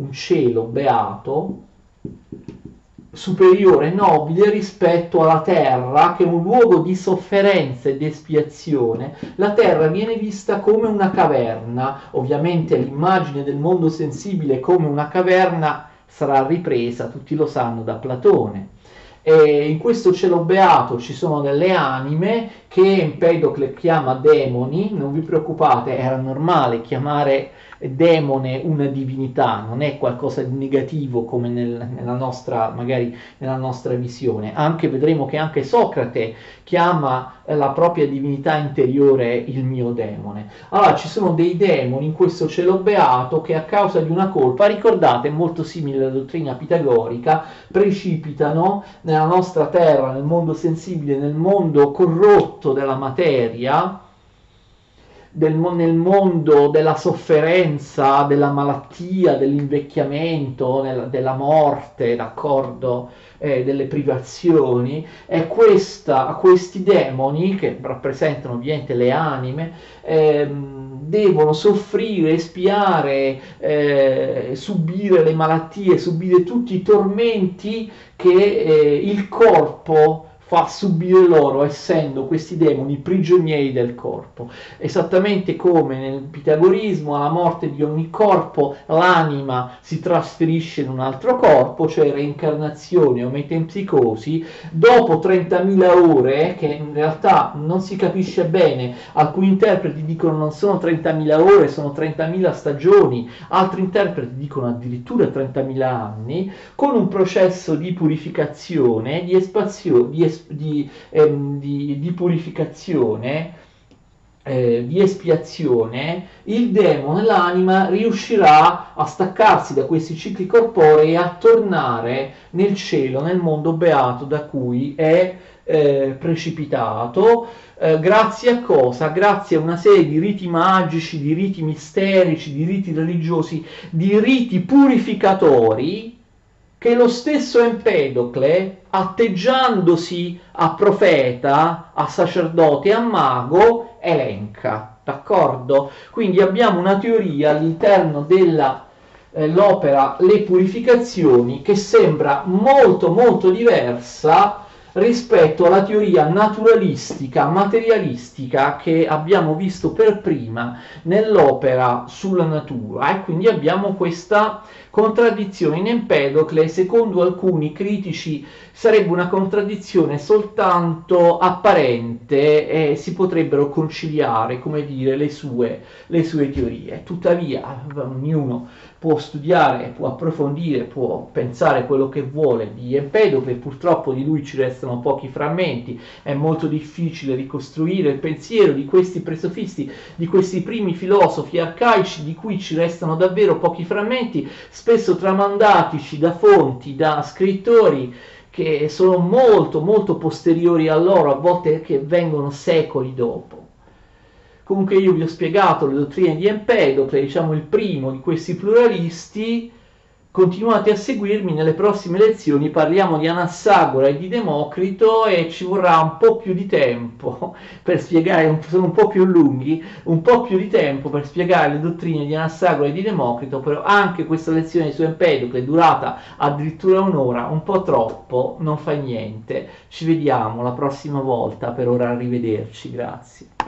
superiore, nobile rispetto alla terra, che è un luogo di sofferenza ed espiazione. La terra viene vista come una caverna, ovviamente l'immagine del mondo sensibile come una caverna sarà ripresa, tutti lo sanno, da Platone. E in questo cielo beato ci sono delle anime che Empedocle chiama demoni. Non vi preoccupate, era normale chiamare demone una divinità, non è qualcosa di negativo come nella nostra, magari nella nostra visione. Anche vedremo che anche Socrate chiama la propria divinità interiore il mio demone. Allora ci sono dei demoni in questo cielo beato che a causa di una colpa, ricordate, molto simile alla dottrina pitagorica, precipitano nella nostra terra, nel mondo sensibile, nel mondo corrotto della materia, nel mondo della sofferenza, della malattia, dell'invecchiamento, della morte, d'accordo, delle privazioni, e questi demoni, che rappresentano ovviamente le anime, devono soffrire, espiare, subire le malattie, subire tutti i tormenti che il corpo fa subire loro, essendo questi demoni prigionieri del corpo. Esattamente come nel pitagorismo, alla morte di ogni corpo, l'anima si trasferisce in un altro corpo, cioè reincarnazione o metempsicosi, dopo 30.000 ore, che in realtà non si capisce bene, alcuni interpreti dicono non sono 30.000 ore, sono 30.000 stagioni, altri interpreti dicono addirittura 30.000 anni, con un processo di purificazione, di espazione, di purificazione, di espiazione, il demone, l'anima, riuscirà a staccarsi da questi cicli corporei e a tornare nel cielo, nel mondo beato da cui è precipitato. Grazie a cosa? Grazie a una serie di riti magici, di riti misterici, di riti religiosi, di riti purificatori, che lo stesso Empedocle, atteggiandosi a profeta, a sacerdote, a mago, elenca, d'accordo? Quindi abbiamo una teoria all'interno dell'opera Le Purificazioni che sembra molto molto diversa rispetto alla teoria naturalistica, materialistica che abbiamo visto per prima nell'opera sulla natura, e quindi abbiamo questa contraddizione in Empedocle. Secondo alcuni critici sarebbe una contraddizione soltanto apparente e si potrebbero conciliare, come dire, le sue teorie. Tuttavia ognuno può studiare, può approfondire, può pensare quello che vuole di Empedocle. Purtroppo di lui ci restano pochi frammenti, è molto difficile ricostruire il pensiero di questi presofisti, di questi primi filosofi arcaici, di cui ci restano davvero pochi frammenti, spesso tramandatici da fonti, da scrittori che sono molto molto posteriori a loro, a volte che vengono secoli dopo. Comunque io vi ho spiegato le dottrine di Empedocle, diciamo il primo di questi pluralisti. Continuate a seguirmi, nelle prossime lezioni parliamo di Anassagora e di Democrito e ci vorrà un po' più di tempo per spiegare, sono un po' più lunghi, un po' più di tempo per spiegare le dottrine di Anassagora e di Democrito, però anche questa lezione su Empedocle è durata addirittura un'ora, un po' troppo, non fa niente. Ci vediamo la prossima volta, per ora arrivederci, grazie.